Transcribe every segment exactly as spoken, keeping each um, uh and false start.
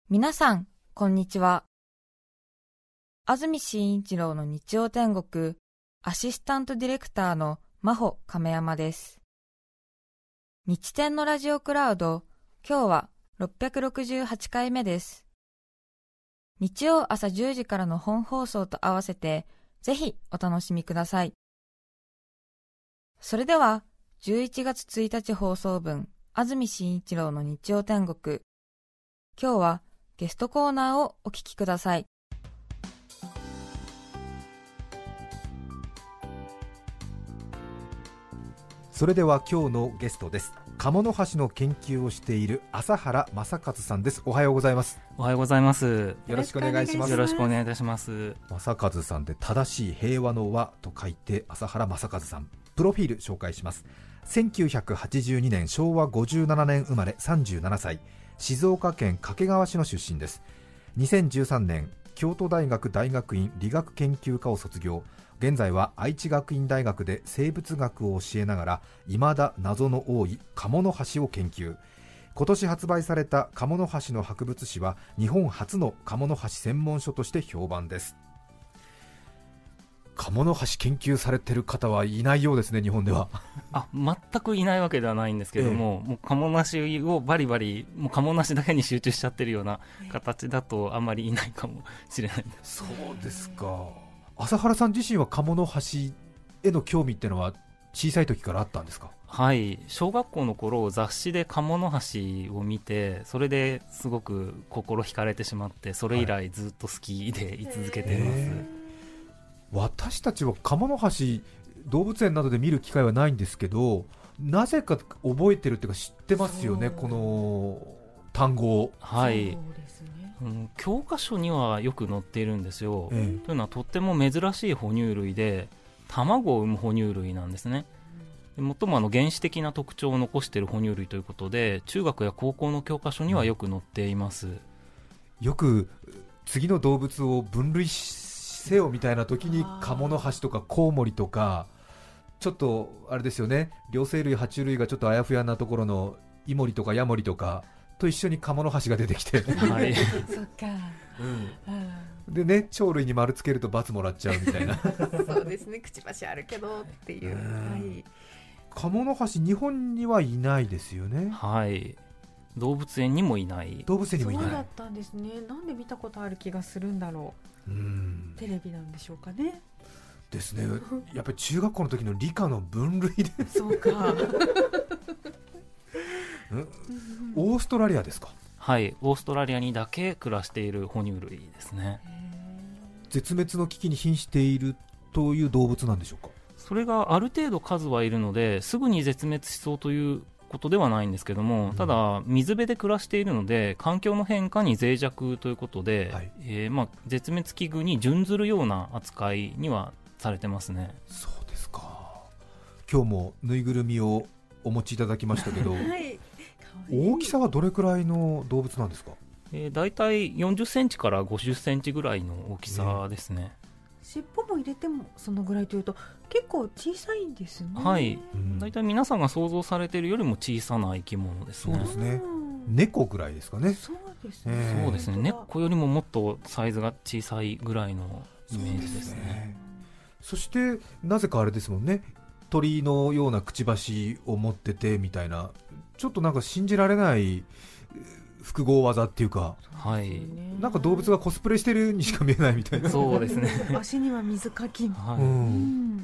皆さん、こんにちは。安住紳一郎の日曜天国、アシスタントディレクターの真帆亀山です。日天のラジオクラウド、今日はろっぴゃくろくじゅうはちかいめです。日曜朝じゅうじからの本放送と合わせて、ぜひお楽しみください。それでは、じゅういちがつついたち放送分、安住紳一郎の日曜天国。今日はゲストコーナーをお聞きください。 それでは今日のゲストです。鴨の橋の研究をしている朝原正和さんです。おはようございます。 おはようございます。 よろしくお願いします。 よろしくお願いいたします。 正和さんで正しい平和の和と書いて朝原正和さん。プロフィール紹介します。せんきゅうひゃくはちじゅうにねんしょうわごじゅうななねん生まれ、さんじゅうななさい、静岡県掛川市の出身です。にせんじゅうさんねん京都大学大学院理学研究科を卒業。現在は愛知学院大学で生物学を教えながら未だ謎の多い鴨の橋を研究。今年発売された鴨の橋の博物誌は日本初の鴨の橋専門書として評判です。鴨の橋研究されてる方はいないようですね、日本では。 あ、全くいないわけではないんですけども、ええ、もう鴨なしをバリバリもう鴨なしだけに集中しちゃってるような形だとあんまりいないかもしれないです。 そうですか。朝原さん自身は鴨の橋への興味ってのは小さい時からあったんですか？ はい、小学校の頃雑誌で鴨の橋を見て、それですごく心惹かれてしまって、それ以来ずっと好きでい続けています。 はい、私たちは鴨の橋動物園などで見る機会はないんですけど、なぜか覚えてるっていうか知ってますよね、この単語を。 はい、うん、教科書にはよく載っているんですよ、ええ、というのはとっても珍しい哺乳類で卵を産む哺乳類なんですね。で最もあの原始的な特徴を残している哺乳類ということで、中学や高校の教科書にはよく載っています。 よく次の動物を分類せよみたいな時に鴨の橋とかコウモリとか、ちょっとあれですよね、両生類爬虫類がちょっとあやふやなところのイモリとかヤモリとかと一緒に鴨の橋が出てきてはい、 そっか、 うん、でね、鳥類に丸つけると罰もらっちゃうみたいなそうですね、くちばしあるけどっていう、はい、 鴨の橋日本にはいないですよね。 はい、動物園にもいない。 動物園にもいない。 そうだったんですね。なんで見たことある気がするんだろう。うん、テレビなんでしょうかね。 ですね。やっぱり中学校の時の理科の分類でそうかオーストラリアですか？ はい、オーストラリアにだけ暮らしている哺乳類ですね。 絶滅の危機に瀕しているという動物なんでしょうか？ それがある程度数はいるのですぐに絶滅しそうということではないんですけども、うん、ただ水辺で暮らしているので環境の変化に脆弱ということで、はい、えーまあ、絶滅危惧に準ずるような扱いにはされてますね。 そうですか。今日もぬいぐるみをお持ちいただきましたけど、はい、大きさはどれくらいの動物なんですか？ えー、だいたいよんじゅっセンチからごじゅっセンチぐらいの大きさですね。 尻尾も入れてもそのぐらいというと結構小さいんですね。 はい、うん、だいたい皆さんが想像されているよりも小さな生き物ですね。 そうですね、猫ぐらいですかね。 そうですね、 えー、そうですね、猫よりももっとサイズが小さいぐらいのイメージですね。 そうですね。 そしてなぜかあれですもんね、鳥のようなくちばしを持っててみたいな、ちょっとなんか信じられない複合技っていうか、 はい、 なんか動物がコスプレしてるにしか見えないみたいな。 そうですね足には水かき、 はい、うん、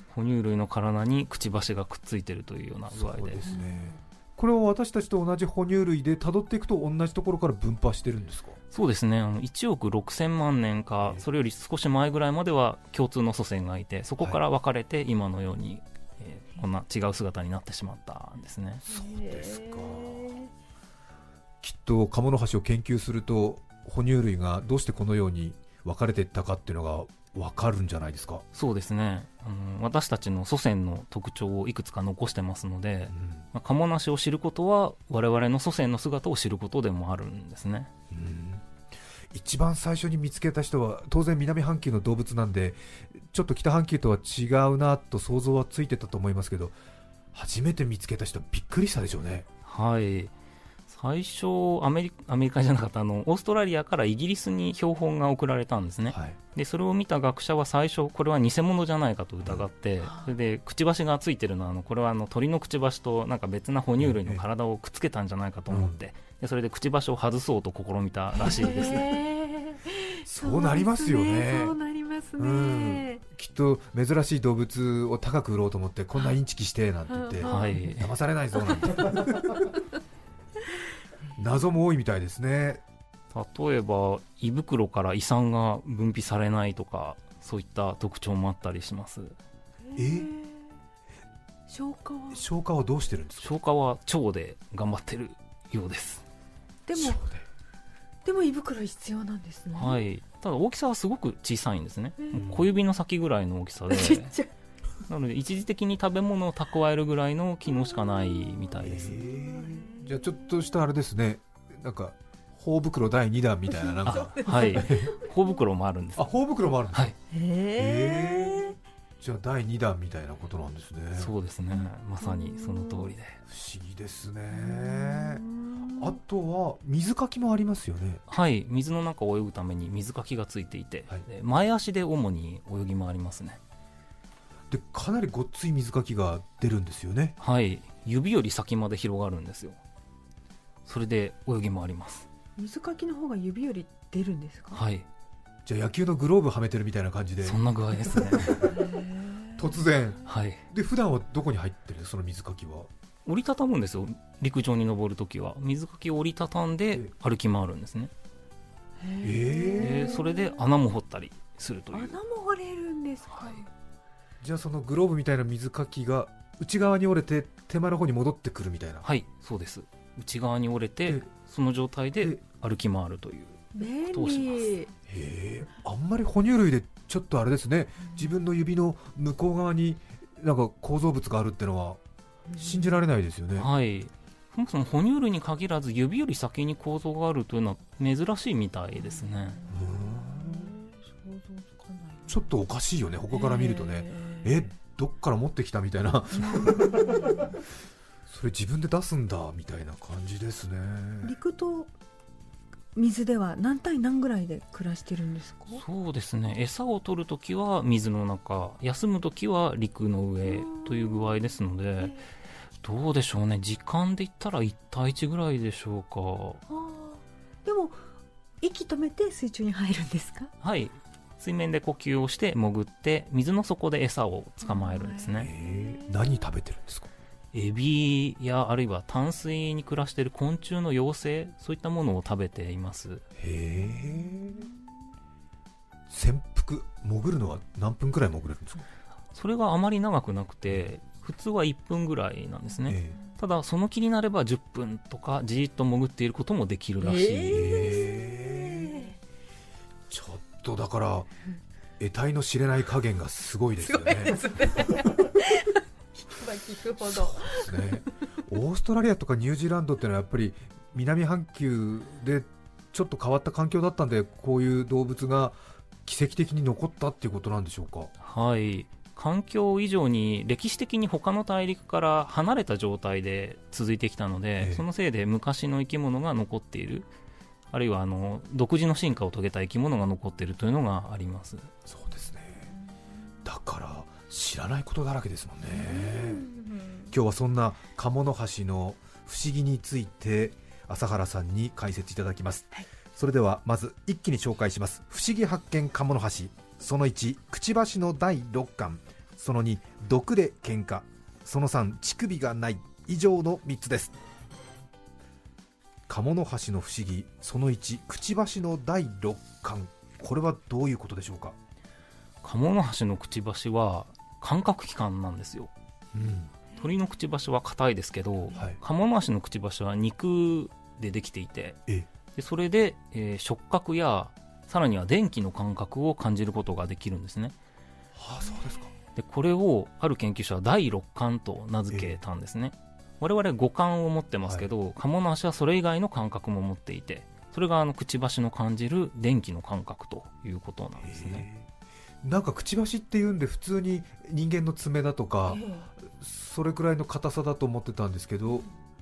哺乳類の体にくちばしがくっついてるというような具合で。 そうですね。これは私たちと同じ哺乳類で辿っていくと同じところから分派してるんですか？ そうですね、あのいちおくろくせんまんねんかそれより少し前ぐらいまでは共通の祖先がいて、そこから分かれて今のように、えー、こんな違う姿になってしまったんですね。 そうですか。きっと鴨の橋を研究すると哺乳類がどうしてこのように分かれていったかっていうのが分かるんじゃないですか？ そうですね、あの私たちの祖先の特徴をいくつか残してますので、うん、まあ、鴨なしを知ることは我々の祖先の姿を知ることでもあるんですね。うん、 一番最初に見つけた人は当然南半球の動物なんでちょっと北半球とは違うなと想像はついてたと思いますけど、初めて見つけた人はびっくりしたでしょうね。 はい、 最初アメリアメリカじゃなかったあのオーストラリアからイギリスに標本が送られたんですね、はい、でそれを見た学者は最初これは偽物じゃないかと疑って、うん、それでくちばしがついてるのはあのこれはあの鳥のくちばしとなんか別な哺乳類の体をくっつけたんじゃないかと思って、うん、でそれでくちばしを外そうと試みたらしいです、 えー、そうなりますよね。 そうなりますね、うん、 きっと珍しい動物を高く売ろうと思ってこんなインチキしてなんて言って、はい、騙されないぞなんて謎も多いみたいですね。 例えば胃袋から胃酸が分泌されないとかそういった特徴もあったりします。 えー、 消化は消化はどうしてるんですか？ 消化は腸で頑張ってるようです。 でもでも胃袋必要なんですね。 はい、ただ大きさはすごく小さいんですね。小指の先ぐらいの大きさでちっちゃいなので一時的に食べ物を蓄えるぐらいの機能しかないみたいです。 じゃあちょっとしたあれですね、なんか頬袋だいにだんみたいななんかはい頬袋もあるんです。 あ、頬袋もあるんですか？はい、 へーじゃあだいにだんみたいなことなんですね。 そうですね、まさにその通りで不思議ですね。あとは水かきもありますよね。 はい、水の中を泳ぐために水かきがついていて、はい、前足で主に泳ぎ回りますね。 でかなりごっつい水かきが出るんですよね。 はい、指より先まで広がるんですよ。それで泳ぎ回ります。 水かきの方が指より出るんですか？ はい。 じゃあ野球のグローブはめてるみたいな感じで。 そんな具合ですね突然、 はい、 で普段はどこに入ってるその水かきは？ 折りたたむんですよ。陸上に登るときは水かきを折りたたんで歩き回るんですね。 へーそれで穴も掘ったりするという。 穴も掘れるんですか？はい、 じゃあそのグローブみたいな水かきが内側に折れて手前の方に戻ってくるみたいな。 はい、そうです。内側に折れてその状態で歩き回るということをします。 へえ、あんまり哺乳類でちょっとあれですね、自分の指の向こう側になんか構造物があるってのは信じられないですよね。 はい、そもそも哺乳類に限らず指より先に構造があるというのは珍しいみたいですね。 想像つかない。 ちょっとおかしいよね、他から見るとね。え、どっから持ってきたみたいなそれ自分で出すんだみたいな感じですね。 陸と水では何対何ぐらいで暮らしてるんですか？ そうですね、餌を取るときは水の中、休むときは陸の上という具合ですので、どうでしょうね、時間で言ったらいち対いちぐらいでしょうか。 あ、でも息止めて水中に入るんですか？ はい、水面で呼吸をして潜って水の底で餌を捕まえるんですね。 えー、何食べてるんですか？ エビやあるいは淡水に暮らしている昆虫の幼生、そういったものを食べています。 へー。潜伏、潜るのは何分くらい潜れるんですか？ それがあまり長くなくて普通はいっぷんぐらいなんですね。えー、ただその気になればじゅっぷんとかじーっと潜っていることもできるらしい。 えー、ちょっとだから得体の知れない加減がすごいですよね。すごいですね聞くほど。 そうですね。オーストラリアとかニュージーランドってのはやっぱり南半球でちょっと変わった環境だったんで、こういう動物が奇跡的に残ったっていうことなんでしょうか？ はい、環境以上に歴史的に他の大陸から離れた状態で続いてきたので、ええ、そのせいで昔の生き物が残っている、あるいはあの独自の進化を遂げた生き物が残っているというのがあります。 そうですね。だから知らないことだらけですもんね。今日はそんな鴨の橋の不思議について朝原さんに解説いただきます。はい、それではまず一気に紹介します。不思議発見鴨の橋。そのいち、くちばしのだいろっかん。そのに、毒で喧嘩。そのさん、乳首がない。以上のみっつです。鴨の橋の不思議。そのいち、くちばしのだいろっかん。これはどういうことでしょうか？ 鴨の橋のくちばしは感覚器官なんですよ。うん、鳥のくちばしは硬いですけど、はい、鴨の橋のくちばしは肉でできていて、でそれで、えー、触覚やさらには電気の感覚を感じることができるんですね。 はあ、そうですか。 でこれをある研究者はだいろっかんと名付けたんですね。我々五感を持ってますけど、はい、鴨の橋はそれ以外の感覚も持っていて、それがあのくちばしの感じる電気の感覚ということなんですね。 なんかくちばしっていうんで普通に人間の爪だとか、それくらいの硬さだと思ってたんですけど、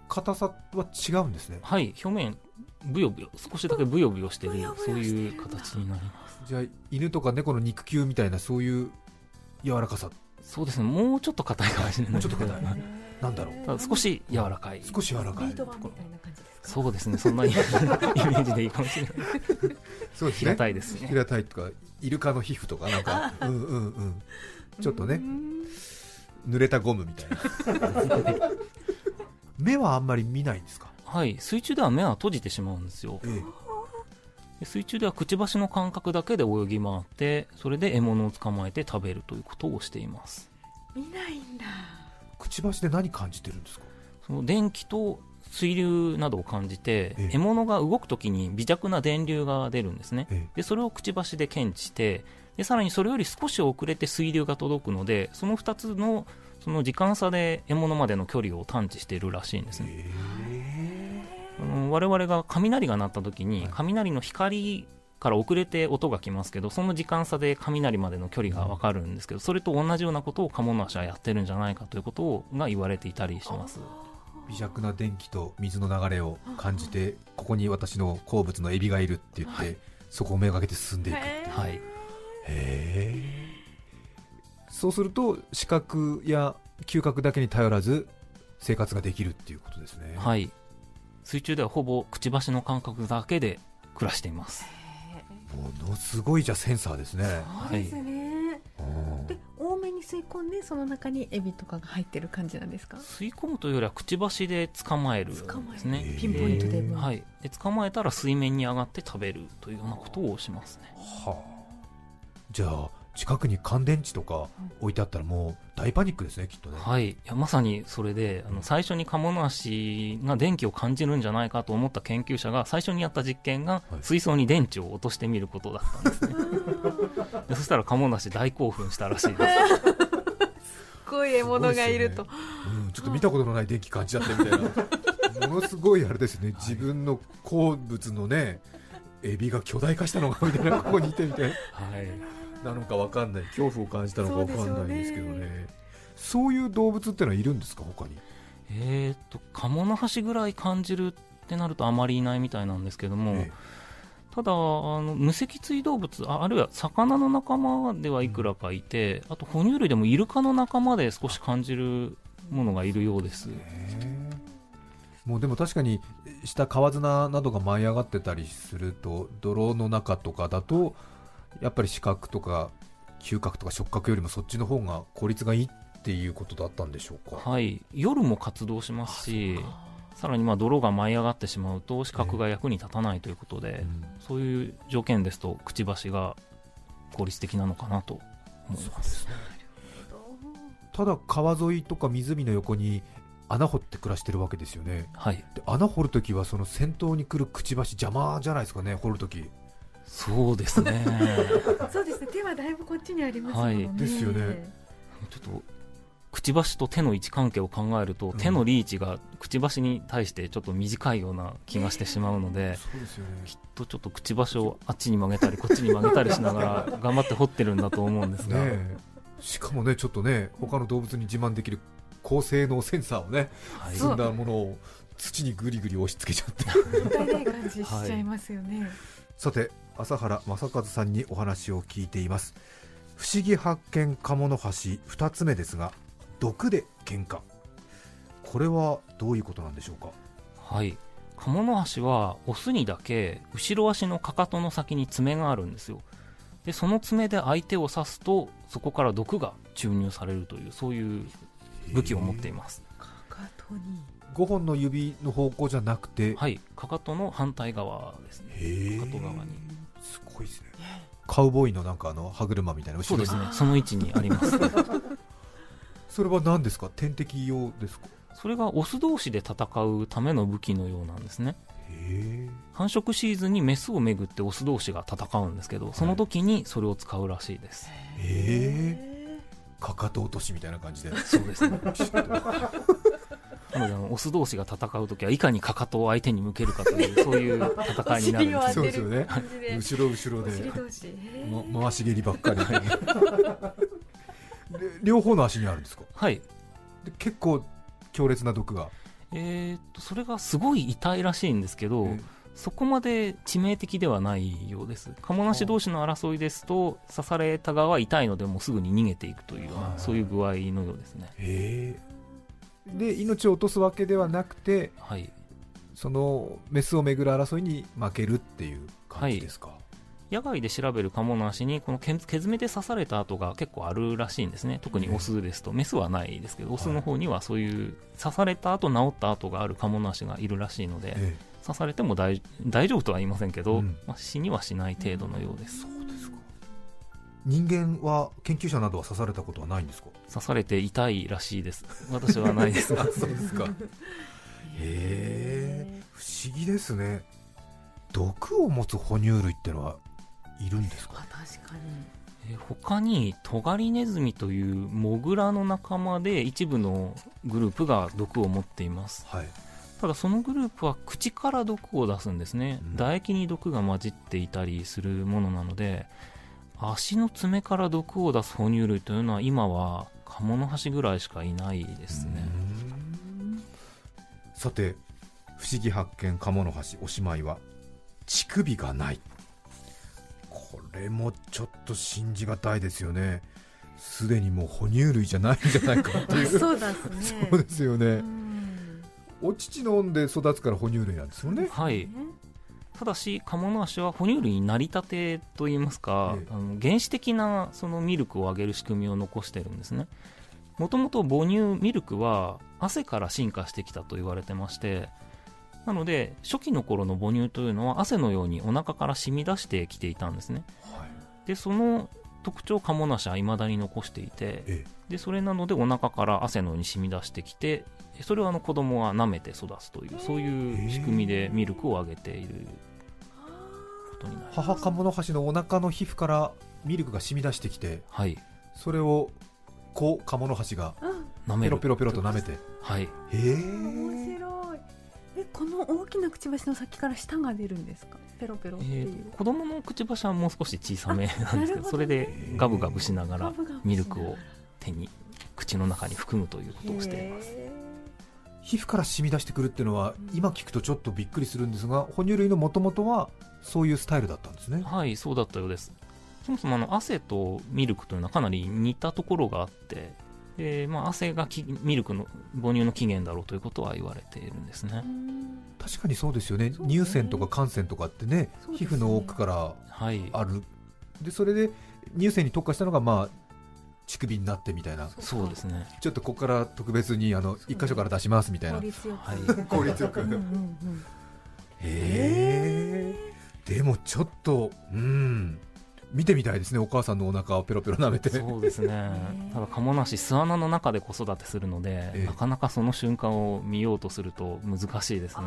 硬さは違うんですね。 はい、表面ブヨブヨ、少しだけブヨブヨしてる、そういう形になります。 じゃあ犬とか猫の肉球みたいなそういう柔らかさ。 そうですね、もうちょっと硬いかもしれない。 もうちょっと硬いなんだろう、 ただ少し柔らかい、 少し柔らかいビート板みたいな感じですか。 そうですね、そんなイメージでいいかもしれない。 そうですね、 平たいですね。 平たいとかイルカの皮膚とかなんかうんうんうんちょっとね濡れたゴムみたいな目はあんまり見ないんですか。 はい、水中では目は閉じてしまうんですよ。 ええ、 で水中ではくちばしの感覚だけで泳ぎ回って、それで獲物を捕まえて食べるということをしています。 見ないんだ。 くちばしで何感じてるんですか。 その電気と水流などを感じて、 ええ、 獲物が動くときに微弱な電流が出るんですね。 ええ、 でそれをくちばしで検知して、でさらにそれより少し遅れて水流が届くので、そのふたつのその時間差で獲物までの距離を探知しているらしいんですね。 えあの我々が雷が鳴ったときに、 はい、 雷の光から遅れて音が来ますけど、その時間差で雷までの距離が分かるんですけど、それと同じようなことをカモノハシはやってるんじゃないかということが言われていたりします。 微弱な電気と水の流れを感じて、ここに私の好物のエビがいるって言って、はい、そこをめがけて進んでいくっていう。 はい、 へー。そうすると視覚や嗅覚だけに頼らず生活ができるっていうことですね。 はい、水中ではほぼくちばしの感覚だけで暮らしています。 ものすごいじゃセンサーですね。 そうですね、はい、で多めに吸い込んでその中にエビとかが入ってる感じなんですか。 吸い込むというよりはくちばしで捕まえるんですね。 ピンポイントで、 はい、で捕まえたら水面に上がって食べるというようなことをしますね。 はあ、じゃあ近くに乾電池とか置いてあったらもう大パニックですね、きっとね。 はい、いやまさにそれで、あの最初にカモノハシが電気を感じるんじゃないかと思った研究者が最初にやった実験が、はい、水槽に電池を落としてみることだったんですね。でそしたらカモノハシ大興奮したらしいです。 すごい獲物がいると、 ね、うん、ちょっと見たことのない電気感じちゃってみたいなものすごいあれですね、自分の好物のねエビが巨大化したのかみたいな、ここにいてみたいな、はい、なのか分かんない、恐怖を感じたのか分かんないんですけどね。そういう動物ってのはいるんですか、他に。 えーとカモノハシぐらい感じるってなるとあまりいないみたいなんですけども、ええ、ただあの無脊椎動物 あ, あるいは魚の仲間ではいくらかいて、うん、あと哺乳類でもイルカの仲間で少し感じるものがいるようです。 もうでも確かに下川砂などが舞い上がってたりすると、泥の中とかだとやっぱり視覚とか嗅覚とか触覚よりもそっちの方が効率がいいっていうことだったんでしょうか。 はい、夜も活動しますし、さらにまあ泥が舞い上がってしまうと視覚が役に立たないということで、えーうん、そういう条件ですとくちばしが効率的なのかなと思います。そうですね。 ただ川沿いとか湖の横に穴掘って暮らしてるわけですよね。 はい、 で穴掘るときはその先頭に来るくちばし邪魔じゃないですかね、掘るとき。 そうですねそうですね、手はだいぶこっちにありますもんね、はい、 ですよね。 ちょっとくちばしと手の位置関係を考えると、うん、手のリーチがくちばしに対してちょっと短いような気がしてしまうので、 そうですよね、 きっとちょっとくちばしをあっちに曲げたりこっちに曲げたりしながら頑張って掘ってるんだと思うんですが、 ね、しかもねちょっとね他の動物に自慢できる高性能センサーをね、はい、積んだものを土にぐりぐり押し付けちゃってもったいない感じしちゃいますよね、はい、 さて朝原正和さんにお話を聞いています。不思議発見カモノハシふたつめですが、毒で喧嘩、これはどういうことなんでしょうか。 はい、カモノハシはオスにだけ後ろ足のかかとの先に爪があるんですよ。でその爪で相手を刺すとそこから毒が注入されるという、そういう武器を持っています。 かかとにごほんの指の方向じゃなくて、 はい、かかとの反対側ですね。かかと側に。 すごいですね。カウボーイのなんかあの歯車みたいな後ろに。 そうですね、その位置にありますそれは何ですか、天敵用ですか。 それがオス同士で戦うための武器のようなんですね。 へー。 繁殖シーズンにメスをめぐってオス同士が戦うんですけど、その時にそれを使うらしいです。 へー。かかと落としみたいな感じで。 そうですねなのであのオス同士が戦うときはいかにかかとを相手に向けるかというそういう戦いになるんです。 そうですよね、後ろ後ろで、ま、回し蹴りばっかり両方の足にあるんですか。 はい。 で結構強烈な毒が。 えー、とそれがすごい痛いらしいんですけど、そこまで致命的ではないようです。カモなし同士の争いですと刺された側は痛いのでもうすぐに逃げていくというような、そういう具合のようですね。 へー。で命を落とすわけではなくて、 はい、 そのメスをめぐる争いに負けるっていう感じですか。はい、 野外で調べるカモノハシにこの毛爪で刺された跡が結構あるらしいんですね。特にオスですと、メスはないですけどオスの方にはそういう刺された後治った跡があるカモノハシがいるらしいので、ええ、刺されても 大, 大丈夫とは言いませんけど、うん、まあ、死にはしない程度のようです。 そうですか。人間は研究者などは刺されたことはないんですか？ 刺されて痛いらしいです。私はないですがそうですか。へえ、不思議ですね。毒を持つ哺乳類ってのはいるんですか？ 確かに。 え他にトガリネズミというモグラの仲間で一部のグループが毒を持っています。はい、ただそのグループは口から毒を出すんですね。うん、唾液に毒が混じっていたりするものなので、足の爪から毒を出す哺乳類というのは今はカモノハシぐらいしかいないですね。 さて、不思議発見カモノハシ、おしまいは乳首がない。これもちょっと信じがたいですよね。すでにもう哺乳類じゃないんじゃないかっていうそうですね。 そうですよね。お乳飲んで育つから哺乳類なんですよね。 はい。ただしカモノハシは哺乳類になり立てといいますか、ええ、あの原始的なそのミルクをあげる仕組みを残してるんですね。もともと母乳ミルクは汗から進化してきたと言われてまして、なので初期の頃の母乳というのは汗のようにお腹から染み出してきていたんですね。はい、でその特徴をカモノハシは未だに残していて、ええ、でそれなのでお腹から汗のように染み出してきて、それをあの子供は舐めて育つという、そういう仕組みでミルクをあげていることになります。 母カモノハシのお腹の皮膚からミルクが染み出してきて、 はい、 それを子カモノハシがペロペロペロと舐めて、 はい、へえ、面白い。え、この大きなくちばしの先から舌が出るんですか？ペロペロっていう、 えー、子供のくちばしはもう少し小さめなんですけど、ね、それでガブガブしながらミルクを手に口の中に含むということをしています。 皮膚から染み出してくるっていうのは、うん、今聞くとちょっとびっくりするんですが、哺乳類の元々はそういうスタイルだったんですね。 はい、そうだったようです。そもそもあの汗とミルクというのはかなり似たところがあって、で、まあ、汗がきミルクの母乳の起源だろうということは言われているんですね。 確かにそうですよね。乳腺とか汗腺とかってね、皮膚の奥からある、はい、でそれで乳腺に特化したのがまあ乳首になってみたいな。 そうですね。 ちょっとここから特別にあの一箇所から出しますみたいな。効率よく、 はい、効率よく。うんうんうん、へー、でもちょっとうん見てみたいですね。お母さんのお腹をペロペロ舐めて。 そうですね。ただカモノハシ巣穴の中で子育てするので、なかなかその瞬間を見ようとすると難しいですね。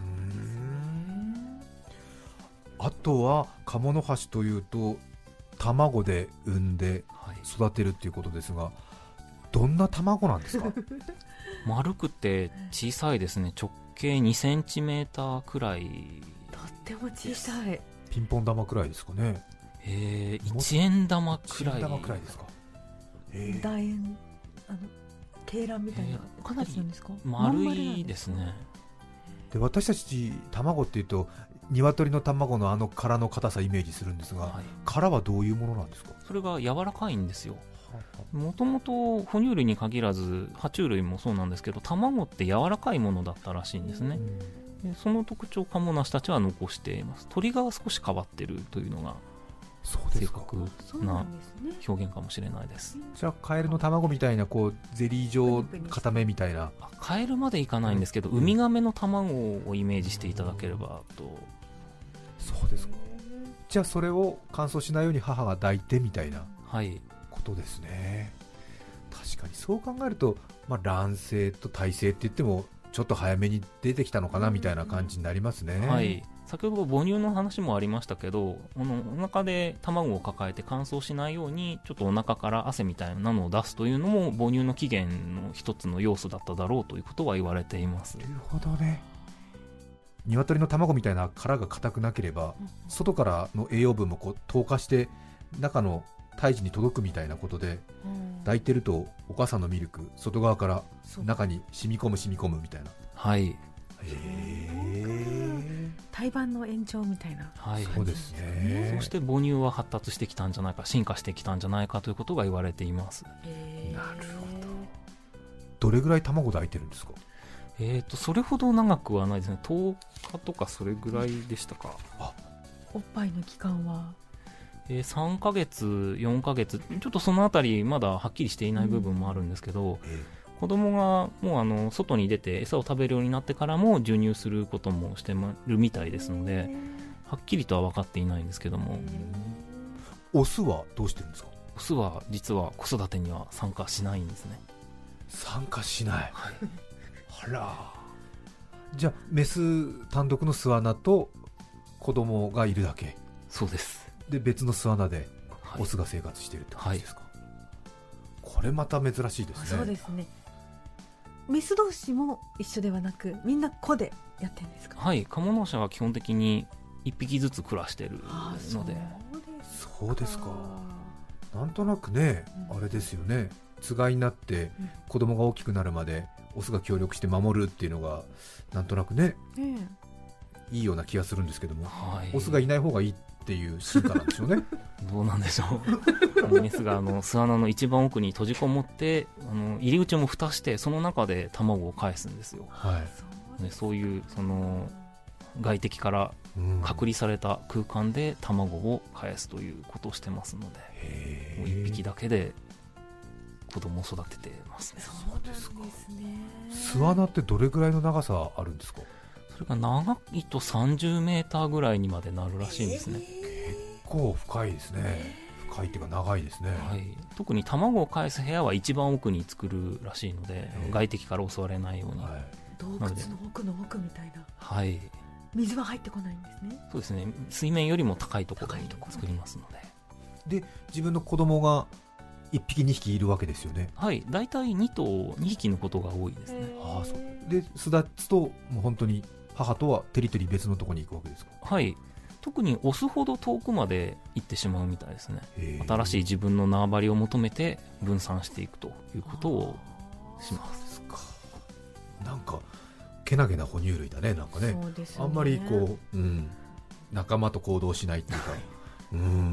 あ, あとはカモノハシというと卵で産んで育てるっていうことですが、はい、どんな卵なんですか？ 丸くて小さいですね。直径にセンチメーターくらい。 とっても小さい。 ピンポン玉くらいですかね。 えー、いちえん玉くらい。いちえん玉くらいですか。 楕円、あの鶏卵みたいな形なんですか？ 丸いですね。 で、私たち卵っていうと鶏の卵のあの殻の硬さイメージするんですが、はい、殻はどういうものなんですか？ それが柔らかいんですよ。もともと哺乳類に限らず爬虫類もそうなんですけど、卵って柔らかいものだったらしいんですね。でその特徴をカモノハシたちは残しています。鳥が少し変わっているというのが正確な表現かもしれないです。 じゃあカエルの卵みたいなこうゼリー状固めみたいな。 カエルまでいかないんですけど、うん、ウミガメの卵をイメージしていただければと。 そうですか。じゃあそれを乾燥しないように母が抱いてみたいなことですね。はい、確かにそう考えると、まあ、卵生と胎生って言ってもちょっと早めに出てきたのかなみたいな感じになりますね。 はい、先ほど母乳の話もありましたけど、このお腹で卵を抱えて乾燥しないようにちょっとお腹から汗みたいなのを出すというのも母乳の起源の一つの要素だっただろうということは言われています。 なるほどね。鶏の卵みたいな殻が硬くなければ、うん、外からの栄養分もこう透過して中の胎児に届くみたいなことで、うん、抱いてるとお母さんのミルク外側から中に染み込む染み込むみたいな、 はい。 へ胎盤の延長みたいな、 はい、 そうですね。 そして母乳は発達してきたんじゃないか、進化してきたんじゃないかということが言われています。 へなるほど。どれぐらい卵で空いてるんですか？ えーとそれほど長くはないですね。とおかとかそれぐらいでしたか。 あ、おっぱいの期間は、 えー、さんかげつよんかげつ、ちょっとそのあたりまだはっきりしていない部分もあるんですけど、うん、子供がもうあの外に出て餌を食べるようになってからも授乳することもしてるみたいですので、はっきりとは分かっていないんですけども。 オスはどうしてるんですか？ オスは実は子育てには参加しないんですね。 参加しない、 はい、 あら。じゃあメス単独の巣穴と子供がいるだけ？ そうです。 で別の巣穴でオスが生活しているって感じですか？はい、これまた珍しいですね。 そうですね。メス同士も一緒ではなく、みんな子でやってるんですか？ はい、カモノハシは基本的にいっぴきずつ暮らしてるので。 そうですか。なんとなくね、うん、あれですよね、つがいになって子供が大きくなるまでオスが協力して守るっていうのがなんとなくね、うん、いいような気がするんですけども、はい、オスがいない方がいいっていう進化なんでしょうね。 どうなんでしょう。メスがあの巣穴の一番奥に閉じこもって、あの入り口も蓋してその中で卵を返すんですよ。はい、でそういうその外敵から隔離された空間で卵を返すということをしてますので、もういっぴきだけで子供を育ててますね。 そうですか。巣穴ってどれぐらいの長さあるんですか？ それが長いとさんじゅうメーターぐらいにまでなるらしいんですね。 結構深いですね。深いっていうか長いですね。 はい、特に卵を返す部屋は一番奥に作るらしいので、外敵から襲われないように、はい、 洞窟の奥の奥みたいな。 はい、 水は入ってこないんですね。 そうですね。水面よりも高いところに作りますので。で、自分の子供がいっぴきにひきいるわけですよね。 はい、だいたいにとうにひきのことが多いですね。 ああ、そうで、巣立つともう本当に母とはテリトリー別のところに行くわけですか？ はい、特にオスほど遠くまで行ってしまうみたいですね。新しい自分の縄張りを求めて分散していくということをします。 そうですか。なんかけなげな哺乳類だね。なんか ね, そうですね、あんまりこう、うん、仲間と行動しないっていうか、うん、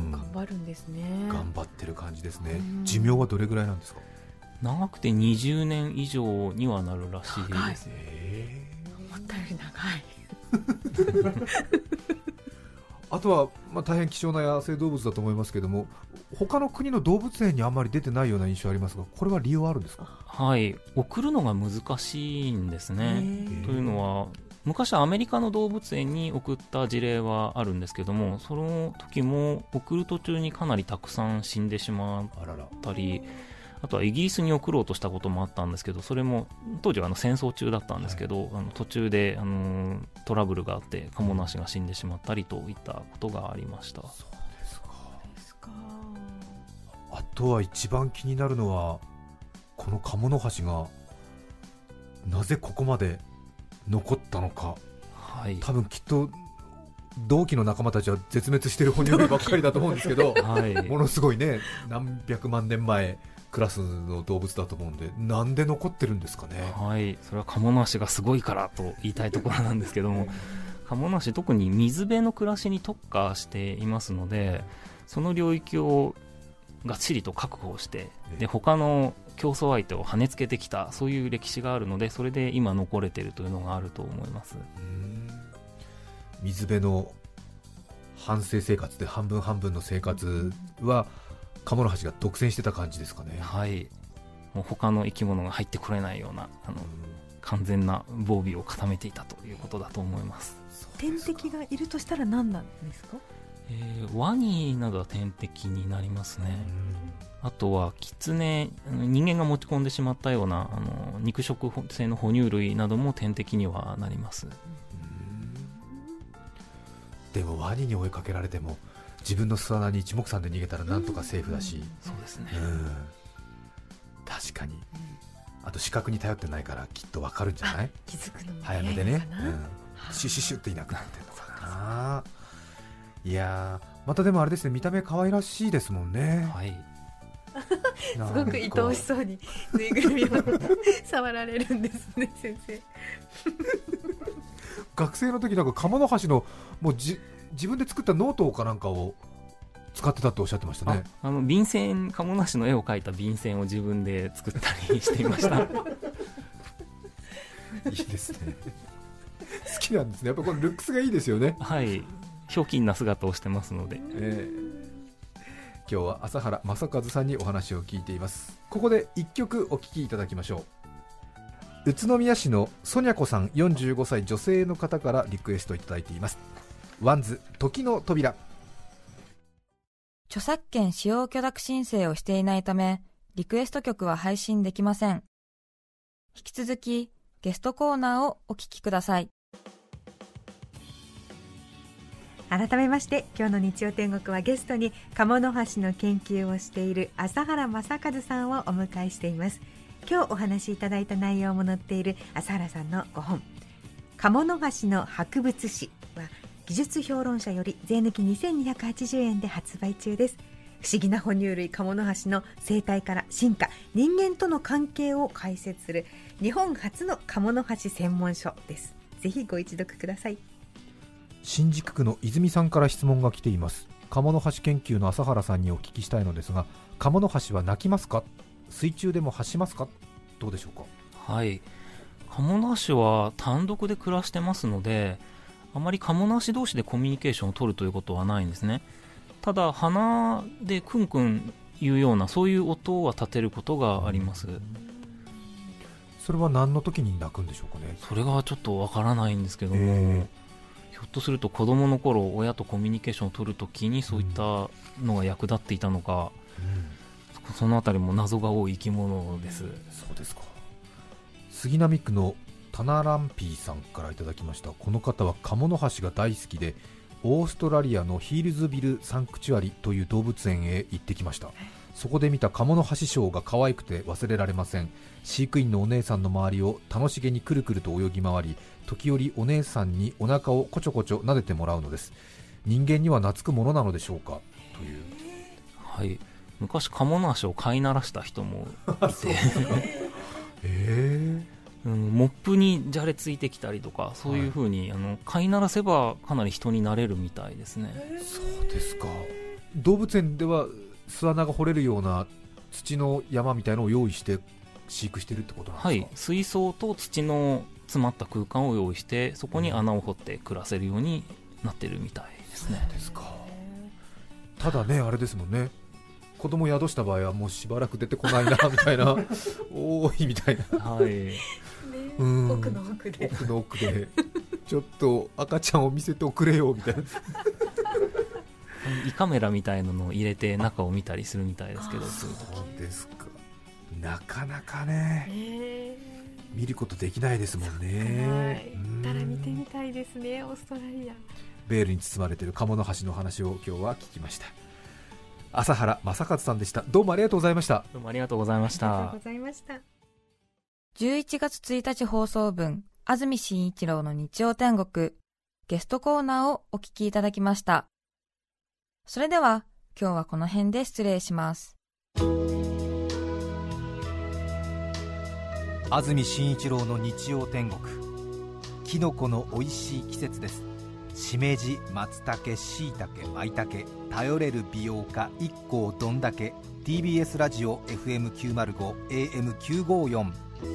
頑張るんですね。 頑張ってる感じですね。寿命はどれぐらいなんですか？ 長くてにじゅうねん以上にはなるらしいですね。 思ったより長い。 あとは、まあ、大変希少な野生動物だと思いますけども、他の国の動物園にあんまり出てないような印象ありますが、これは理由はあるんですか？ はい、送るのが難しいんですね。というのは、昔はアメリカの動物園に送った事例はあるんですけども、その時も送る途中にかなりたくさん死んでしまったり、あとはイギリスに送ろうとしたこともあったんですけど、それも当時はあの戦争中だったんですけど、はい、あの途中であのトラブルがあってカモノハシが死んでしまったりといったことがありました。そうですか。 ですか。あとは一番気になるのは、このカモノハシがなぜここまで残ったのか。はい、多分きっと同期の仲間たちは絶滅している哺乳類ばっかりだと思うんですけど、はい、ものすごいね、何百万年前クラスの動物だと思うんで、なんで残ってるんですかね。 はい、それはカモノハシがすごいからと言いたいところなんですけども、カモノハシ特に水辺の暮らしに特化していますので、その領域をがっちりと確保して、で他の競争相手を跳ねつけてきた、そういう歴史があるので、それで今残れているというのがあると思います。うーん、 水辺の半生生活で半分半分の生活はカモノハシが独占してた感じですかね。 はい、もう他の生き物が入ってこれないような、あの完全な防備を固めていたということだと思います。 天敵がいるとしたら何なんですか？ えー、ワニなどは天敵になりますね。あとはキツネ、人間が持ち込んでしまったようなあの肉食性の哺乳類なども天敵にはなります。 でもワニに追いかけられても自分の巣穴に一目散で逃げたらなんとかセーフだし、うん、 そうですね、 うん、確かに、うん、あと視覚に頼ってないからきっとわかるんじゃない？ 気づくのも早めでね、うん、シュシュシュっていなくなってるのかな。いやー、またでもあれですね、見た目可愛らしいですもんね。 はいすごく愛おしそうにぬいぐるみを触られるんですね先生。 学生の時なんか鴨の橋のもうじ自分で作ったノートかなんかを使ってたっておっしゃってましたね。 ああの便箋、鴨の橋の絵を描いた便箋を自分で作ったりしていました。 いいですね。好きなんですね。やっぱこのルックスがいいですよね。 はい、ひょうきんな姿をしてますので、 えー、今日は朝原正和さんにお話を聞いています。ここでいっきょくお聴きいただきましょう。宇都宮市のソニャコさんよんじゅうごさい女性の方からリクエストいただいています。ワンズ時の扉。 著作権使用許諾申請をしていないためリクエスト曲は配信できません。引き続きゲストコーナーをお聞きください。 改めまして今日の日曜天国はゲストに鴨の橋の研究をしている朝原正和さんをお迎えしています。今日お話しいただいた内容も載っている朝原さんのご本鴨の橋の博物史は技術評論者より税抜きにせんにひゃくはちじゅうえんで発売中です。不思議な哺乳類鴨の橋の生態から進化、人間との関係を解説する日本初の鴨の橋専門書です。ぜひご一読ください。 新宿区の泉さんから質問が来ています。鴨の橋研究の朝原さんにお聞きしたいのですが、鴨の橋は鳴きますか、水中でも発しますか、どうでしょうか。 はい、鴨の橋は単独で暮らしてますので、あまり鴨の橋同士でコミュニケーションを取るということはないんですね。ただ鼻でクンクンいうようなそういう音は立てることがあります。 それは何の時に鳴くんでしょうかね。 それがちょっとわからないんですけども、 えー、ひょっとすると子供の頃親とコミュニケーションを取るときにそういったのが役立っていたのか、うん、そのあたりも謎が多い生き物です。 そうですか。杉並区のタナランピーさんからいただきました。この方は鴨の橋が大好きでオーストラリアのヒールズビルサンクチュアリという動物園へ行ってきました。そこで見た鴨の橋ショーが可愛くて忘れられません。飼育員のお姉さんの周りを楽しげにくるくると泳ぎ回り、時折お姉さんにお腹をこちょこちょ撫でてもらうのです。人間には懐くものなのでしょうか、という。 はい、昔鴨の橋を飼いならした人もいてえーうん、モップにじゃれついてきたりとか、そういう風に、はい、あの飼いならせばかなり人になれるみたいですね。 そうですか。動物園では巣穴が掘れるような土の山みたいのを用意して飼育してるってことなんですか。 はい、水槽と土の詰まった空間を用意してそこに穴を掘って暮らせるようになってるみたいですね。 そうですか。ただね、あれですもんね、子供宿した場合はもうしばらく出てこないなみたいな多いみたいな、 はい、 うん、奥の奥で奥の奥でちょっと赤ちゃんを見せておくれよみたいな胃カメラみたいなのを入れて中を見たりするみたいですけど。 そうですか。なかなかね、えー、見ることできないですもんね。 行ったら見てみたいですね、オーストラリア。 ベールに包まれている鴨の橋の話を今日は聞きました。朝原正和さんでした。どうもありがとうございました。 どうもありがとうございました。 ありがとうございました。 じゅういちがつついたち放送分、安住紳一郎の日曜天国、ゲストコーナーをお聞きいただきました。それでは今日はこの辺で失礼します。 安住紳一郎の日曜天国、キノコの美味しい季節です。しめじ、松茸、しいたけ、まいたけ、頼れる美容家 イッコー どんだけ。 ティービーエス ラジオ エフエムきゅうまるご エーエムきゅうごよん。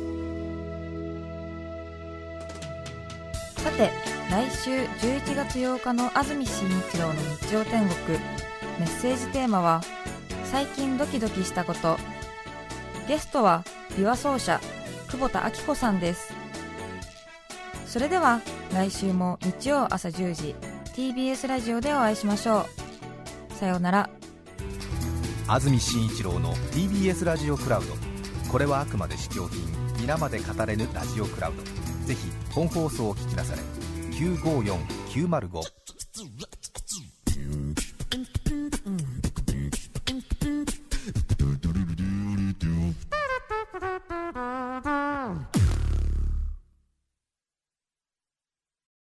さて、来週じゅういちがつようかの安住紳一郎の日曜天国、メッセージテーマは最近ドキドキしたこと。ゲストは琵琶奏者久保田明子さんです。それでは来週も日曜朝じゅうじ ティービーエス ラジオでお会いしましょう。さようなら。 安住紳一郎の ティービーエス ラジオクラウド。これはあくまで試供品、皆まで語れぬラジオクラウド。ぜひ本放送を聞きなされ。きゅうごよん きゅうまるご。